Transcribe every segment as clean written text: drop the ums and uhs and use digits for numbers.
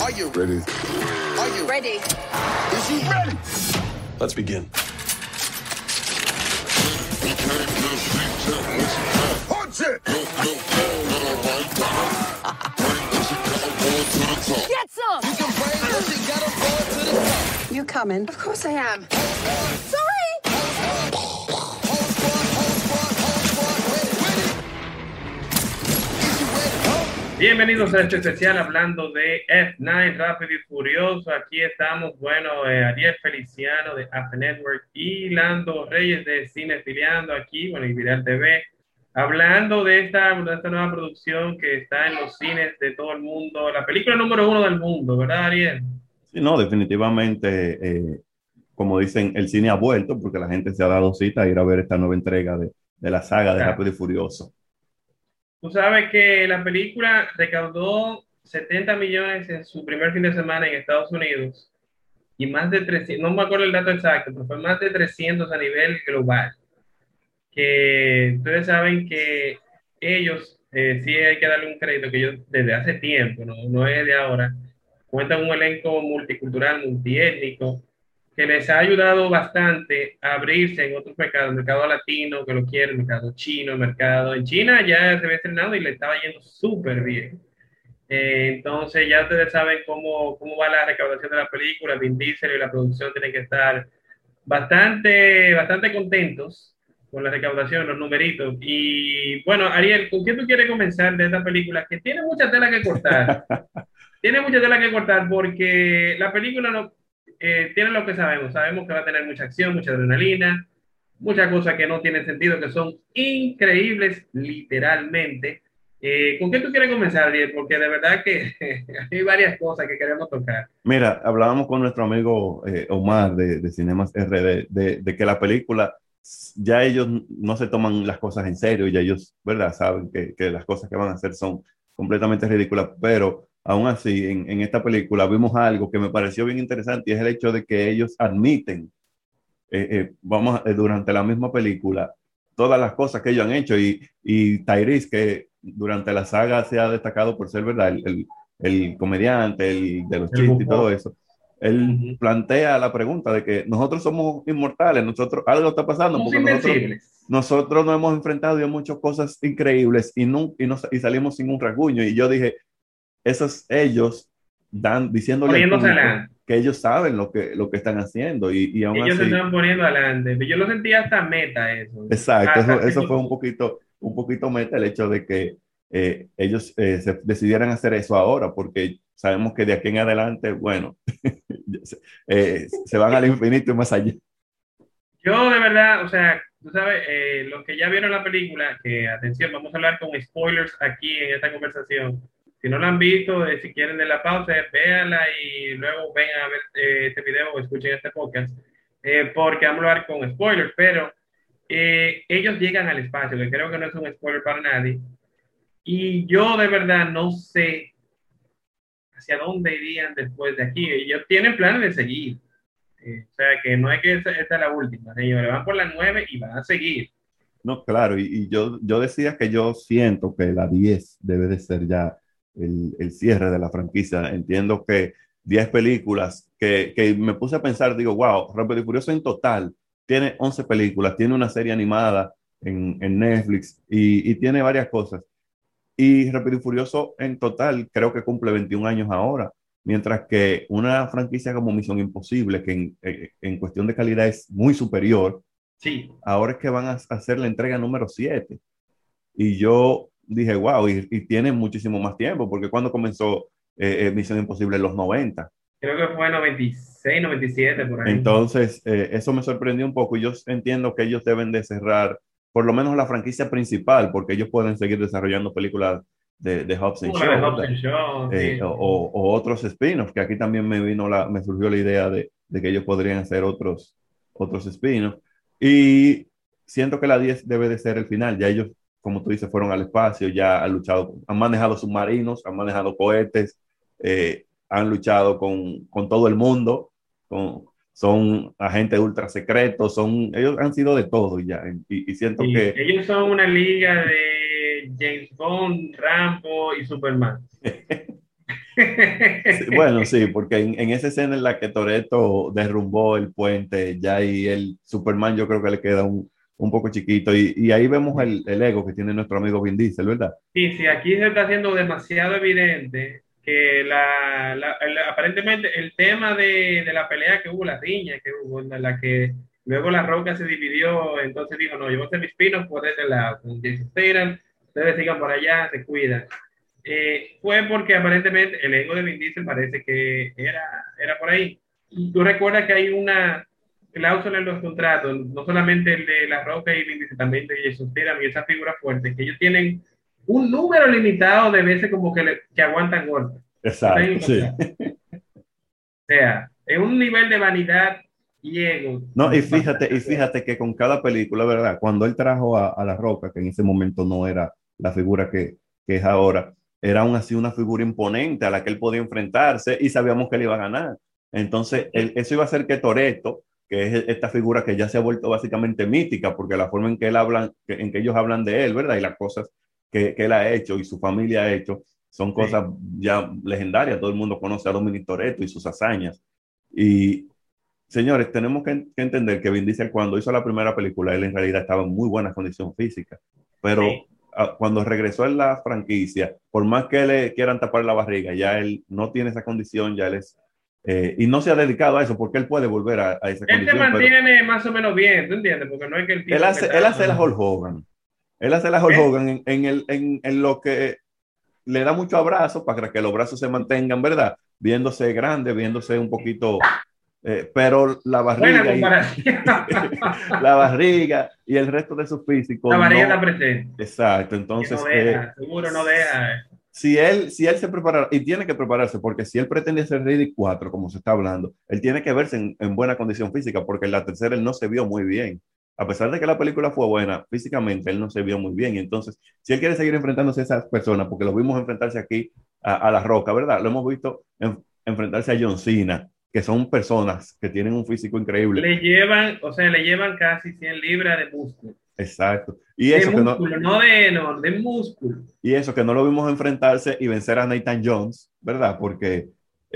Are you ready? Are you ready? Is you ready? Let's begin. Punch it! Get some! You can bring this, you gotta fall to the top. You coming? Of course I am. Sorry! Bienvenidos a este especial hablando de F9 Rápido y Furioso. Aquí estamos, Ariel Feliciano de AF Network y Lando Reyes de Cinefiliando aquí, y Viral TV, hablando de esta nueva producción que está en los cines de todo el mundo, la película número 1 del mundo, ¿verdad, Ariel? Sí, no, definitivamente, como dicen, el cine ha vuelto porque la gente se ha dado cita a ir a ver esta nueva entrega de la saga de Rápido y Furioso. Tú sabes que la película recaudó 70 millones en su primer fin de semana en Estados Unidos y más de 300, no me acuerdo el dato exacto, pero fue más de 300 a nivel global. Que ustedes saben que ellos, sí hay que darle un crédito, que ellos desde hace tiempo, no es de ahora, cuentan con un elenco multicultural, multiétnico, que les ha ayudado bastante a abrirse en otros mercados, el mercado latino que lo quiere, el mercado chino, el mercado en China ya se había estrenado y le estaba yendo súper bien. Entonces ya ustedes saben cómo va la recaudación de la película. Vin Diesel y la producción tienen que estar bastante contentos con la recaudación, los numeritos. Y bueno, Ariel, ¿con qué tú quieres comenzar de esta película? Que tiene mucha tela que cortar. Tiene mucha tela que cortar porque la película no... tiene lo que sabemos que va a tener mucha acción, mucha adrenalina, muchas cosas que no tienen sentido, que son increíbles literalmente. ¿Con qué tú quieres comenzar, Ariel? Porque de verdad que hay varias cosas que queremos tocar. Mira, hablábamos con nuestro amigo Omar de Cinemas RD de que la película, ya ellos no se toman las cosas en serio, ya ellos, ¿verdad? Saben que las cosas que van a hacer son completamente ridículas, pero aún así, en esta película vimos algo que me pareció bien interesante y es el hecho de que ellos admiten, durante la misma película, todas las cosas que ellos han hecho y Tyrese, que durante la saga se ha destacado por ser, ¿verdad? El comediante, el de los chistes y todo eso. Él plantea la pregunta de que nosotros somos inmortales, algo está pasando porque nosotros nos hemos enfrentado a muchas cosas increíbles y salimos sin un rasguño. Y yo dije, esos ellos diciéndole que ellos saben lo que están haciendo y aún ellos así, se están poniendo adelante. Yo lo sentía hasta meta eso. Exacto, eso fue un poquito meta, el hecho de que ellos se decidieran hacer eso ahora, porque sabemos que de aquí en adelante, bueno, se van al infinito y más allá. Yo de verdad, o sea, tú sabes, los que ya vieron la película, que atención, vamos a hablar con spoilers aquí en esta conversación. Si no la han visto, si quieren de la pausa, véanla y luego vengan a ver este video o escuchen este podcast, porque vamos a hablar con spoilers, pero ellos llegan al espacio, que creo que no es un spoiler para nadie, y yo de verdad no sé hacia dónde irían después de aquí. Ellos tienen planes de seguir, o sea, que no es que esta es la última, ellos van por las 9 y van a seguir. No, claro, y yo decía que yo siento que la 10 debe de ser ya el cierre de la franquicia. Entiendo que 10 películas, que me puse a pensar, digo, wow, Rápido y Furioso en total tiene 11 películas, tiene una serie animada en Netflix y tiene varias cosas. Y Rápido y Furioso en total creo que cumple 21 años ahora, mientras que una franquicia como Misión Imposible, que en cuestión de calidad es muy superior, sí, ahora es que van a hacer la entrega número 7. Y yo dije, wow, y tienen muchísimo más tiempo, porque cuando comenzó Misión Imposible en los 90. Creo que fue en 96, 97, por ahí. Entonces, eso me sorprendió un poco. Yo entiendo que ellos deben de cerrar, por lo menos la franquicia principal, porque ellos pueden seguir desarrollando películas de Hobbs and Shaw, sí. o otros spin-offs, que aquí también me surgió la idea de que ellos podrían hacer otros spin-offs. Y siento que la 10 debe de ser el final. Ya ellos, como tú dices, fueron al espacio, ya han luchado, han manejado submarinos, han manejado cohetes, han luchado con todo el mundo, son agentes ultra secretos, ellos han sido de todo ya, y siento sí, que... Ellos son una liga de James Bond, Rambo y Superman. Sí, bueno, sí, porque en esa escena en la que Toretto derrumbó el puente, ya ahí el Superman yo creo que le queda un poco chiquito y ahí vemos el ego que tiene nuestro amigo Vin Diesel, ¿verdad? Sí, sí, aquí se está haciendo demasiado evidente que aparentemente el tema de la pelea que hubo, la riña que hubo, en la que luego La Roca se dividió, entonces dijo, no, yo voy a hacer mis pinos por este lado, con Jason Statham, ustedes sigan por allá, se cuidan. Fue porque aparentemente el ego de Vin Diesel parece que era por ahí. Y tú recuerdas que hay una cláusula en los contratos, no solamente el de La Roca y Vin Diesel, también de Jason Statham y esa figura fuerte, que ellos tienen un número limitado de veces como que aguantan golpes. Exacto, sí. O sea, es un nivel de vanidad y ego. No, y fíjate que con cada película, ¿verdad? Cuando él trajo a La Roca, que en ese momento no era la figura que es ahora, era aún así una figura imponente a la que él podía enfrentarse y sabíamos que él iba a ganar. Entonces, eso iba a hacer que Toretto, que es esta figura que ya se ha vuelto básicamente mítica, porque la forma en que en que ellos hablan de él, ¿verdad? Y las cosas que él ha hecho y su familia ha hecho, son cosas ya legendarias. Todo el mundo conoce a Dominic Toretto y sus hazañas. Y señores, tenemos que entender que Vin Diesel cuando hizo la primera película, él en realidad estaba en muy buena condición física, pero cuando regresó en la franquicia, por más que le quieran tapar la barriga, ya él no tiene esa condición, ya él es, y no se ha dedicado a eso, porque él puede volver a esa Él se condición. mantiene más o menos bien, ¿tú entiendes? Porque no es que el tipo Él hace la Hulk Hogan, él hace la Hulk Hogan en lo que le da mucho abrazo para que los brazos se mantengan, ¿verdad? Viéndose grande, viéndose un poquito pero la barriga, la barriga y el resto de su físico. La barriga está presente. Exacto, entonces. No deja, seguro no deja. Si él se prepara, y tiene que prepararse, porque si él pretende ser Riddick 4, como se está hablando, él tiene que verse en buena condición física, porque en la tercera él no se vio muy bien. A pesar de que la película fue buena, físicamente él no se vio muy bien. Y entonces, si él quiere seguir enfrentándose a esas personas, porque lo vimos enfrentarse aquí a La Roca, ¿verdad? Lo hemos visto enfrentarse a John Cena, que son personas que tienen un físico increíble. Le llevan casi 100 libras de músculo. Exacto. Y de eso músculo, de músculo. Y eso que no lo vimos enfrentarse y vencer a Nathan Jones, ¿verdad? Porque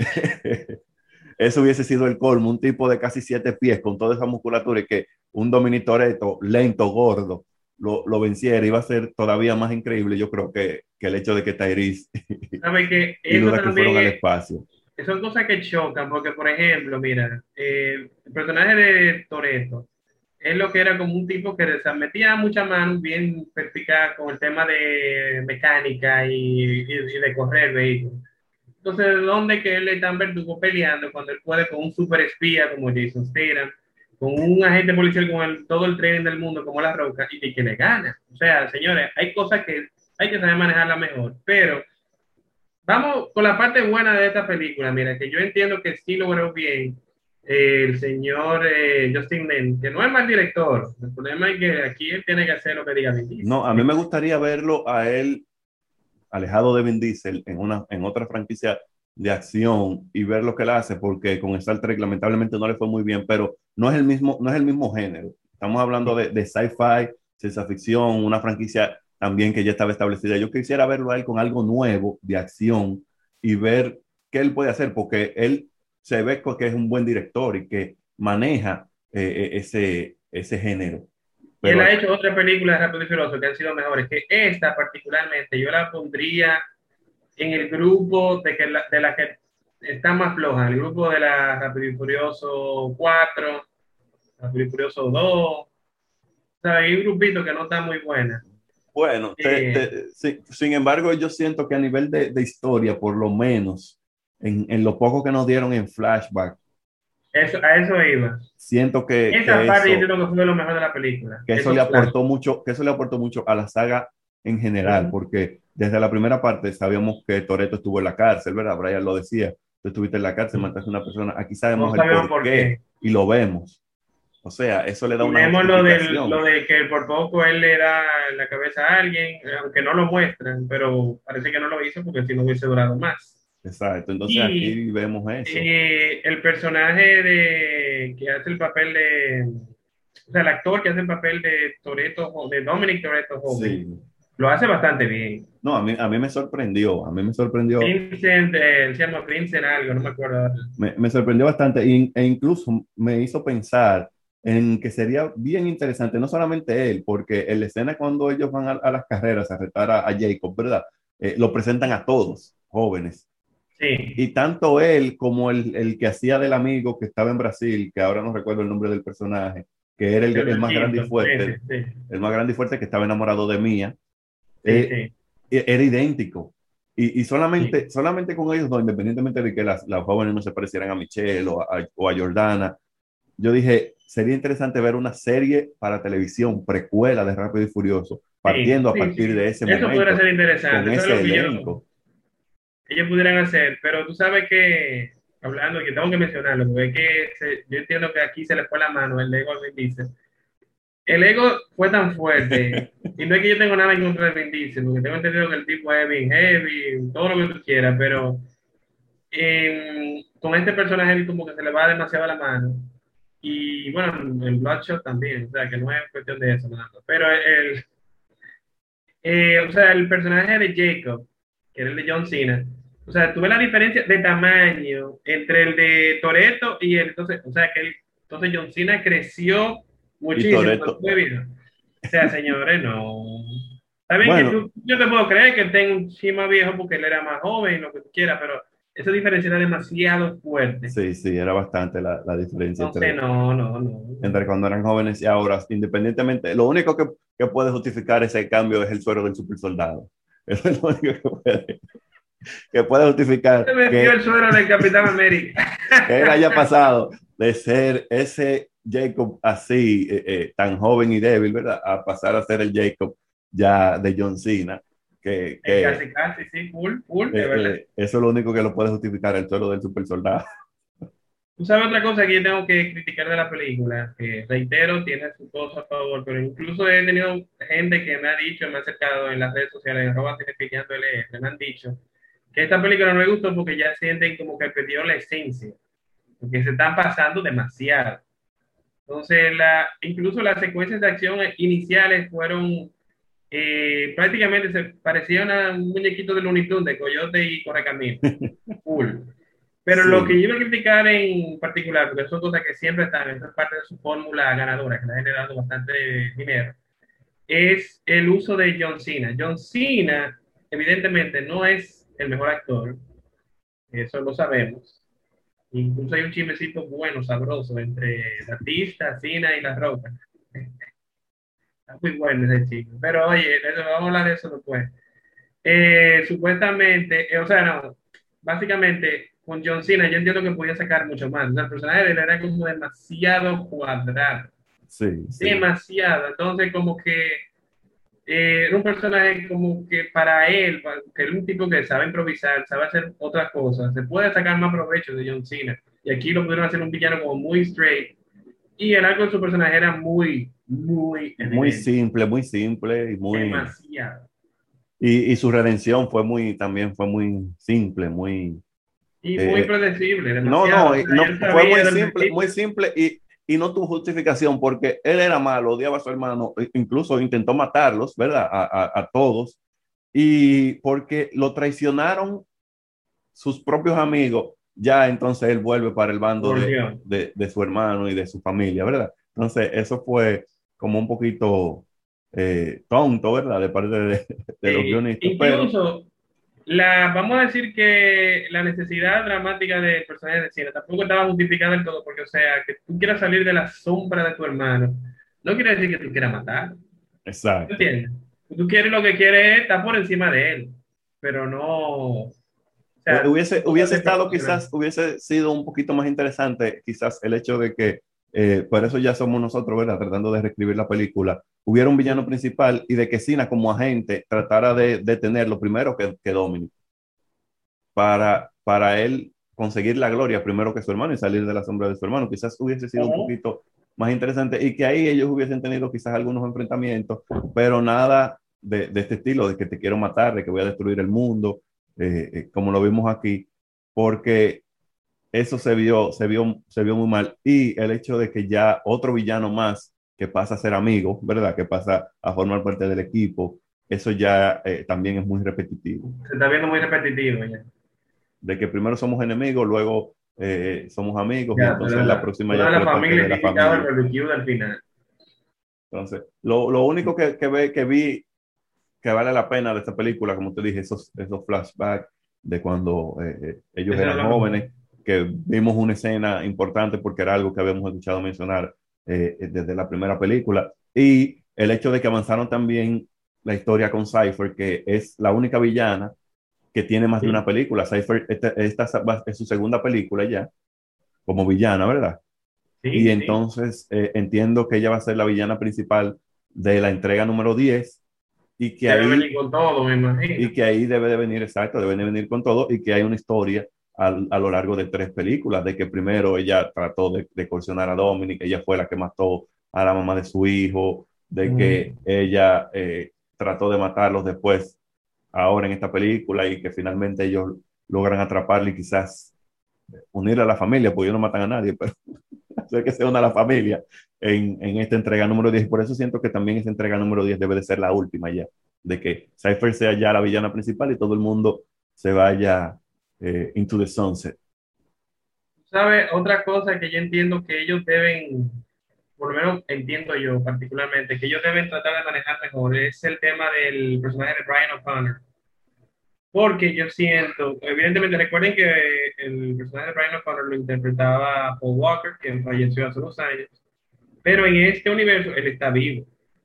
eso hubiese sido el colmo, un tipo de casi 7 pies con toda esa musculatura y que un Dominic Toretto lento, gordo, lo venciera, iba a ser todavía más increíble, yo creo, que el hecho de que Tyrese y Luda que fueron al espacio. Son cosas que chocan, porque por ejemplo, mira, el personaje de Toretto es lo que era como un tipo que metía muchas manos bien perspicaz con el tema de mecánica y de correr vehículos. Entonces, ¿de dónde que él es tan verdugo peleando cuando él puede con un super espía como Jason Statham, con un agente policial con todo el tren del mundo como La Roca y que le gana? O sea, señores, hay cosas que hay que saber manejarla mejor, pero vamos con la parte buena de esta película. Mira, que yo entiendo que sí logró bien el señor Justin Lin, que no es mal director. El problema es que aquí él tiene que hacer lo que diga Vin Diesel. No, a mí me gustaría verlo a él alejado de Vin Diesel en otra franquicia de acción y ver lo que él hace, porque con Star Trek lamentablemente no le fue muy bien, pero no es el mismo género. Estamos hablando de sci-fi, ciencia ficción, una franquicia también que ya estaba establecida. Yo quisiera verlo a él con algo nuevo de acción y ver qué él puede hacer, porque él se ve que es un buen director y que maneja ese género. Y él ha hecho otras películas de Rápido y Furioso que han sido mejores, que esta particularmente yo la pondría en el grupo de la que está más floja, el grupo de la Rápido y Furioso 4, Rápido y Furioso 2. O sea, hay un grupito que no está muy buena. Bueno, sin embargo, yo siento que a nivel de historia, por lo menos, en lo poco que nos dieron en flashback, a eso iba. Siento esa parte yo creo que fue lo mejor de la película. Que eso le aportó mucho a la saga en general, porque desde la primera parte sabíamos que Toretto estuvo en la cárcel, ¿verdad? Brian lo decía, tú estuviste en la cárcel, mataste a una persona, aquí sabemos el por qué y lo vemos. O sea, eso le da una vemos lo de que por poco él le da la cabeza a alguien, aunque no lo muestran, pero parece que no lo hizo porque si no hubiese durado más. Exacto, entonces aquí vemos eso. El personaje que hace el papel o sea, el actor que hace el papel de Toretto, de Dominic Toretto joven, Lo hace bastante bien. No, a mí me sorprendió, Vincent, se llama Vincent algo, no me acuerdo. me sorprendió bastante e incluso me hizo pensar en que sería bien interesante, no solamente él, porque en la escena cuando ellos van a las carreras a retar a Jacob, ¿verdad? Lo presentan a todos, jóvenes. Sí, Y tanto él como el que hacía del amigo que estaba en Brasil, que ahora no recuerdo el nombre del personaje, que era el el más grande y blanquito, sí, fuerte, sí, el más grande y fuerte que estaba enamorado de Mía, sí, eh, sí, era idéntico. Y sí, solamente con ellos dos, independientemente de que las jóvenes no se parecieran a Michelle o a Jordana, yo dije, sería interesante ver una serie para televisión, precuela de Rápido y Furioso, sí, partiendo a sí, partir sí. de ese Eso podría momento, ser con interesante, eso es ese lo que elenco. ellos pudieran hacer, pero tú sabes que, hablando, que tengo que mencionarlo, porque es que yo entiendo que aquí se le fue la mano el ego de Vin Diesel. El ego fue tan fuerte, y no es que yo tenga nada en contra de Vin Diesel, porque tengo entendido que el tipo es bien heavy, todo lo que tú quieras, pero con este personaje como que se le va demasiado la mano. Y bueno, el Bloodshot también, o sea, que no es cuestión de eso, nada más. Pero o sea, el personaje de Jacob, que era el de John Cena, o sea, tuve la diferencia de tamaño entre el de Toretto y el, entonces, o sea, entonces John Cena creció Y muchísimo cuando Toretto, fue viejo. O sea, señores, no. Está bien que bueno, yo te puedo creer que él tenga un chima viejo porque él era más joven, lo que tú quieras, pero esa diferencia era demasiado fuerte. sí, sí, era bastante la diferencia Entonces, no, no, no. entre cuando eran jóvenes y ahora, independientemente, lo único que puede justificar ese cambio es el suero del super soldado. Eso es lo único que puede justificar Se metió que, el suero del Capitán América. que él haya pasado de ser ese Jacob así, tan joven y débil, ¿verdad? A pasar a ser el Jacob ya de John Cena, que Casi, casi, sí, full, full, de verdad. eso es lo único que lo puede justificar, el suelo del super soldado. Tú sabes otra cosa que yo tengo que criticar de la película, que reitero, tiene su cosa a favor, pero incluso he tenido gente que me ha dicho, me ha acercado en las redes sociales, en arroba cinefiqueando LR, me han dicho que esta película no me gustó porque ya sienten como que perdió la esencia, porque se están pasando demasiado. Entonces, incluso las secuencias de acción iniciales fueron prácticamente se parecía un muñequito de Looney Tunes, de Coyote y Correcamino. Cool. Pero lo que Sí, yo iba a criticar en particular, porque son cosas que siempre están, eso es parte de su fórmula ganadora, que le ha generado bastante dinero, es el uso de John Cena. John Cena, evidentemente, no es el mejor actor, eso lo sabemos. Incluso hay un chismecito bueno, sabroso, entre Batista, Cena y La Roca. Está muy bueno ese chisme. Pero oye, vamos a hablar de eso después. Supuestamente, o sea, no, básicamente con John Cena yo entiendo que podía sacar mucho más. O sea, el personaje de él era como demasiado cuadrado, sí, sí. demasiado. Entonces, como que era un personaje como que para él, que él es un tipo que sabe improvisar, sabe hacer otras cosas, se puede sacar más provecho de John Cena. Y aquí lo pudieron hacer un villano como muy straight. Y el arco de su personaje era muy, muy evidente, Muy simple y muy... demasiado. Y su redención también fue muy simple, Y muy eh, predecible, no, demasiado. no, O sea, no, yo fue sabía del muy principio. simple y no tuvo justificación porque él era malo, odiaba a su hermano, incluso intentó matarlos, ¿verdad? A todos. Y porque lo traicionaron sus propios amigos, ya entonces él vuelve para el bando Por de, Dios. de su hermano y de su familia, ¿verdad? Entonces eso fue como un poquito tonto, ¿verdad? De parte de los guionistas, pero Incluso, vamos a decir que la necesidad dramática del personaje de Cena tampoco estaba justificada del todo, porque, o sea, que tú quieras salir de la sombra de tu hermano, no quiere decir que tú quieras matar. exacto. ¿Entiendes? Tú quieres lo que quieres es estar por encima de él, pero no, o sea, Hubiese, son cosas hubiese de estado proporcionar. quizás, hubiese sido un poquito más interesante quizás el hecho de que, por eso ya somos nosotros, ¿verdad? Tratando de reescribir la película, hubiera un villano principal y de que Cena como agente tratara de detenerlo primero que Dominic, para él conseguir la gloria primero que su hermano y salir de la sombra de su hermano. Quizás hubiese sido un Ujú. poquito más interesante y que ahí ellos hubiesen tenido quizás algunos enfrentamientos, pero nada de este estilo, de que te quiero matar, de que voy a destruir el mundo, como lo vimos aquí, porque eso se vio muy mal. Y el hecho de que ya otro villano más que pasa a ser amigo, ¿verdad? Que pasa a formar parte del equipo, eso ya también es muy repetitivo. Se está viendo muy repetitivo ya. De que primero somos enemigos, luego somos amigos y Ya, entonces la próxima toda ya la fue parte familia de la identificada el familia. barbecue del final. Entonces, lo único que vi que vale la pena de esta película, como te dije, esos flashbacks de cuando ellos Eso es eran lo mejor. jóvenes, que vimos una escena importante porque era algo que habíamos escuchado mencionar desde la primera película, y el hecho de que avanzaron también la historia con Cypher, que es la única villana que tiene más de una Sí, película. Cypher, esta es su segunda película ya, como villana, ¿verdad? Y sí, sí. entonces entiendo que ella va a ser la villana principal de la entrega número 10 y que Debe ahí venir con todo, me imagino. y que ahí debe de venir, exacto, debe de venir con todo y que hay una historia a lo largo de 3 películas, de que primero ella trató de coercionar a Dominic, ella fue la que mató a la mamá de su hijo, de que Mm. ella trató de matarlos después, ahora en esta película, y que finalmente ellos logran atraparle y quizás unirle a la familia, porque ellos no matan a nadie, pero hacer que se una a la familia en esta entrega número 10. Por eso siento que también esta entrega número 10 debe de ser la última ya, de que Cypher sea ya la villana principal y todo el mundo se vaya into the sunset. ¿Sabe? Otra cosa que yo entiendo que ellos deben, por lo menos entiendo yo particularmente, que ellos deben tratar de manejar mejor es el tema del personaje de Brian O'Connor. Porque yo siento, evidentemente recuerden que el personaje de Brian O'Connor lo interpretaba Paul Walker, que falleció hace unos años, pero en este universo él está vivo.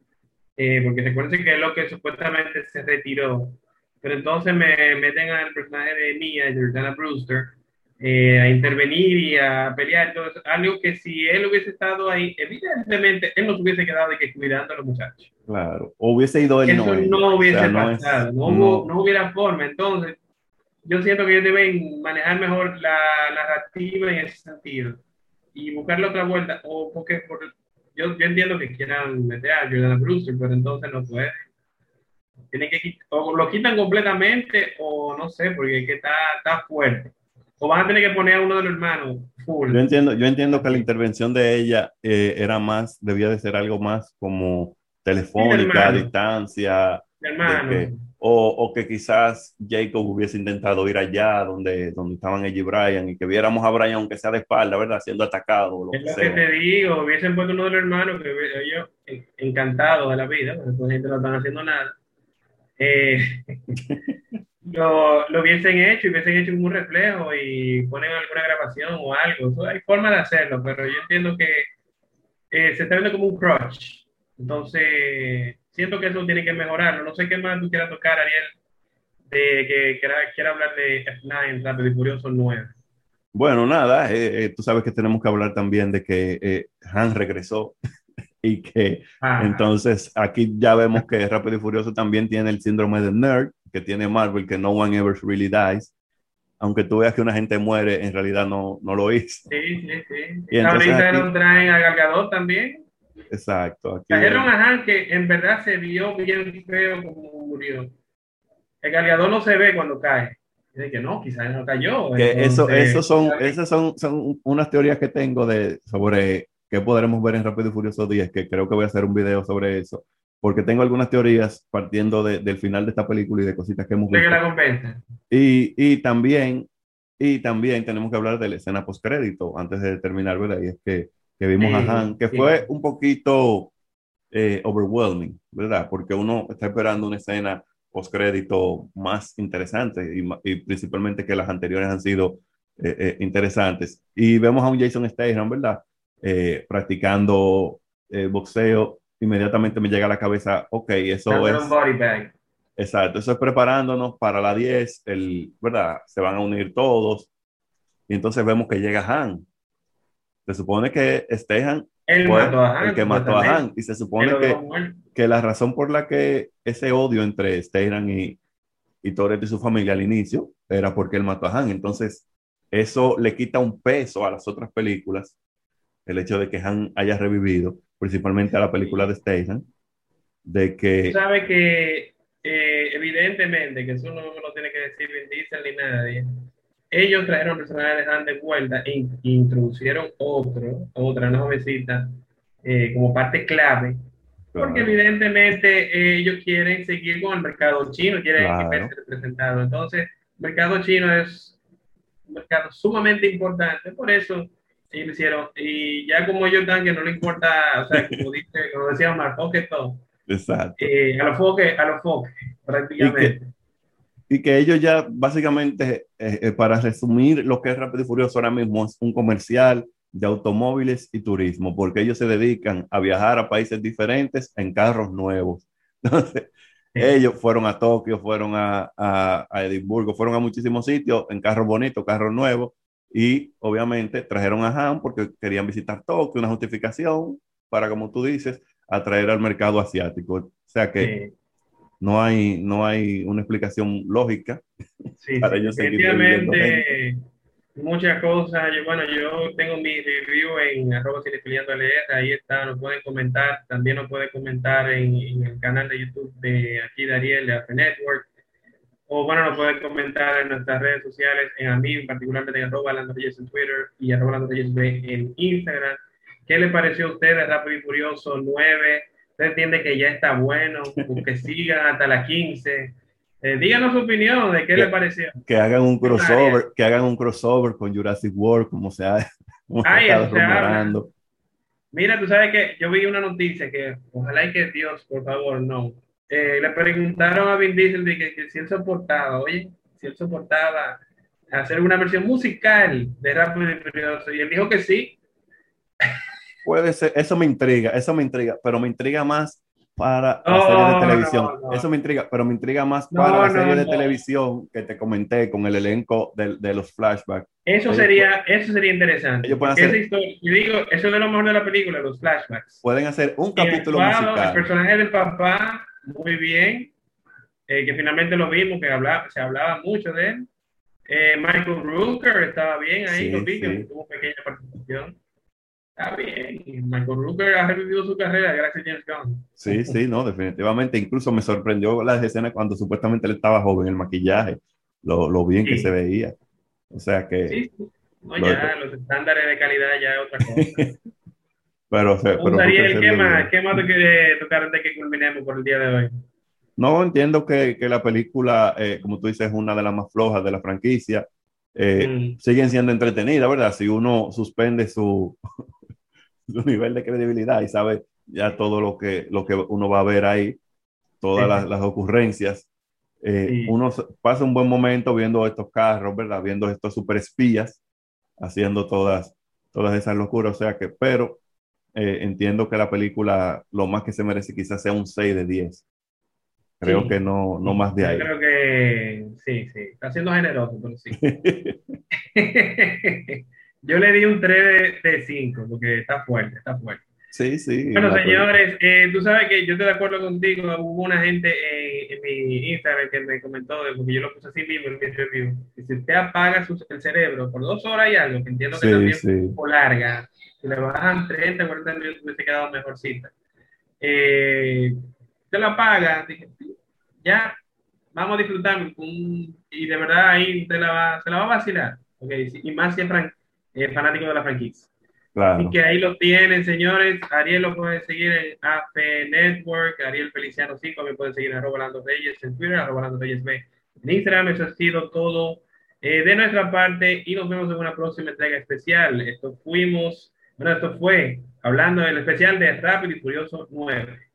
Porque recuerden que es lo que supuestamente se retiró. Pero entonces me meten al personaje de Mia, Jordana Brewster, a intervenir y a pelear. Entonces, algo que si él hubiese estado ahí, evidentemente él no se hubiese quedado de que cuidando a los muchachos. Claro, o hubiese ido él, no Eso ella. no O sea, hubiese no es, pasado, no, no hubiera forma. Entonces, yo siento que ellos deben manejar mejor la narrativa en ese sentido y buscarle otra vuelta. O porque yo entiendo que quieran meter a Jordana Brewster, pero entonces no puede. Tienen que o lo quitan completamente o no sé, porque es que está fuerte. O van a tener que poner a uno de los hermanos full. yo entiendo que la Así. intervención de ella era más, debía de ser algo más como Sí, de telefónica, a hermano, distancia, de de hermano. que, o que quizás Jacob hubiese intentado ir allá donde estaban ella y Brian, y que viéramos a Brian, aunque sea de espalda, ¿verdad? Siendo atacado o lo Es que lo que sea. te digo, hubiesen puesto uno de los hermanos que ellos encantados de la vida, pero esa gente no están haciendo nada. Eh, lo hubiesen hecho y hubiesen hecho un reflejo y ponen alguna grabación o algo. Hay forma de hacerlo, pero yo entiendo que se está viendo como un crutch. Entonces, siento que eso tiene que mejorarlo. No sé qué más tú quieras tocar, Ariel, de que quiera hablar de F9, Rápido y Furioso 9. Bueno, nada, tú sabes que tenemos que hablar también de que Han regresó y que Ah, entonces aquí ya vemos que Rápido y Furioso también tiene el síndrome de nerd que tiene Marvel, que no one ever really dies. Aunque tú veas que una gente muere, en realidad no lo hizo. sí, sí, sí. Y entonces Ahorita aquí, nos traen a Gal Gadot también. exacto, aquí Trajeron a Han que en verdad se vio bien feo como murió. El Gal Gadot no se ve cuando cae. Dice que no, quizás no cayó. que eso Entonces, esas son unas teorías que tengo sobre qué podremos ver en Rápido y Furioso 10, que creo que voy a hacer un video sobre eso, porque tengo algunas teorías partiendo del final de esta película y de cositas que hemos de que visto. la compensa. Y también tenemos que hablar de la escena postcrédito antes de terminar, ¿verdad? Y es que vimos a Sí, Han, que sí. fue un poquito overwhelming, ¿verdad? Porque uno está esperando una escena postcrédito más interesante y principalmente que las anteriores han sido interesantes. Y vemos a un Jason Statham, ¿verdad? Practicando boxeo. Inmediatamente me llega a la cabeza, ok, eso Dándole un es. body bag. Exacto, eso es preparándonos para la 10, ¿verdad? Se van a unir todos y entonces vemos que llega Han. Se supone que Stehan Él fue mató a el Han, que mató a Han supuestamente. y se Él supone lo dejó que, muerto. que la razón por la que ese odio entre Stehan y Toretto y su familia al inicio era porque él mató a Han. Entonces, eso le quita un peso a las otras películas, el hecho de que Han haya revivido, principalmente a la película de Sí. Stehan, de Tú que sabes que evidentemente, que eso no me lo tiene que decir Vin Diesel ni nadie, ellos trajeron personajes de Han de vuelta e introducieron otra, una jovencita, como parte clave. porque claro, evidentemente ellos quieren seguir con el mercado chino, quieren claro. verse representados. Entonces, el mercado chino es un mercado sumamente importante, por eso ellos lo hicieron. Y ya como ellos están, que no le importa, o sea, como decía Omar, foque todo, Exacto. a los foques, Y que, prácticamente. y que ellos ya básicamente, para resumir lo que es Rápido y Furioso ahora mismo, es un comercial de automóviles y turismo, porque ellos se dedican a viajar a países diferentes en carros nuevos. Entonces, Sí, ellos fueron a Tokio, fueron a Edimburgo, fueron a muchísimos sitios en carros bonitos, carros nuevos, y obviamente trajeron a Han porque querían visitar Tokio, una justificación para, como tú dices, atraer al mercado asiático. O sea que sí. no hay una explicación lógica Sí, para sí, ellos seguir reviviendo gente. definitivamente muchas cosas. Bueno, yo tengo mi review en arroba cinefiliando LR, ahí está, nos pueden comentar, también nos pueden comentar en el canal de YouTube de aquí de Ariel, de Afe Network, o bueno, nos pueden comentar en nuestras redes sociales, en a mí particularmente en arroba Lando Reyes en Twitter y arroba Lando Reyes B en Instagram. ¿Qué le pareció a ustedes Rápido y Furioso 9? ¿Usted entiende que ya está bueno, que sigan hasta las 15? Díganos su opinión de qué le Que, pareció. que hagan un Área. crossover, que hagan un crossover con Jurassic World, como se ha Ay, estado eso se habla. rumorando. Mira, tú sabes que yo vi una noticia que ojalá y que Dios, por favor, no. Le preguntaron a Vin Diesel de que si él soportaba, oye, si él soportaba hacer una versión musical de Rápido y Furioso. Y él dijo que sí. Puede ser, eso me intriga, pero me intriga más para la serie de Oh, televisión. no, Eso no. me intriga, pero me intriga más para No, la serie no, de no. televisión que te comenté con el elenco de los flashbacks. Eso sería interesante, Ellos porque esa historia, yo digo, eso es de lo mejor de la película, los flashbacks. pueden hacer un Bien capítulo actuado, el musical. personaje del papá, muy bien, que finalmente lo vimos, se hablaba mucho de él. Michael Rooker estaba bien ahí, lo Sí, vi, que sí. tuvo pequeña participación. Está bien, y Michael Rooker ha revivido su carrera gracias a James Sí, Gunn. sí, no, definitivamente. Incluso me sorprendió las escenas cuando supuestamente él estaba joven, el maquillaje, lo bien que se Sí, veía. O sea que, sí, sí. No, lo- ya, los estándares de calidad ya es otra cosa. pero Entonces, lo que Ariel, se vio bien. qué más te quiere tocar antes de que culminemos por el día de hoy? No entiendo que la película, como tú dices, es una de las más flojas de la franquicia. Mm, Siguen siendo entretenidas, ¿verdad? Si uno suspende su nivel de credibilidad y sabe ya todo lo que uno va a ver ahí, todas sí, sí, las ocurrencias. sí, Uno pasa un buen momento viendo estos carros, ¿verdad? Viendo estos super espías haciendo todas esas locuras. O sea que, pero entiendo que la película lo más que se merece quizás sea un 6 de 10. Creo que sí, no sí. más de Yo ahí. creo que sí, sí. Está siendo generoso, pero sí. Yo le di un 3 de 5 porque está fuerte, está fuerte. Sí, sí, Bueno, la película. señores, tú sabes que yo estoy de acuerdo contigo. Hubo una gente en mi Instagram que me comentó, porque yo lo puse así mismo en mi review, que si usted apaga el cerebro por 2 horas y algo, que entiendo que Sí, también fue un sí. poco larga, si le bajan 30, 40 minutos, hubiese quedado mejorcita. Eh, Usted la apaga, dije, sí, ya, vamos a disfrutar y de verdad ahí se la va a vacilar. Okay, sí, y más si es fanático de la franquicia. Así Claro, que ahí lo tienen, señores. Ariel lo pueden seguir en AP Network, Ariel Feliciano 5, me pueden seguir en arroba Lando Reyes en Twitter, arroba Lando Reyes B en Instagram. Eso ha sido todo de nuestra parte y nos vemos en una próxima entrega especial. Esto fue hablando del especial de Rápido y Furioso 9.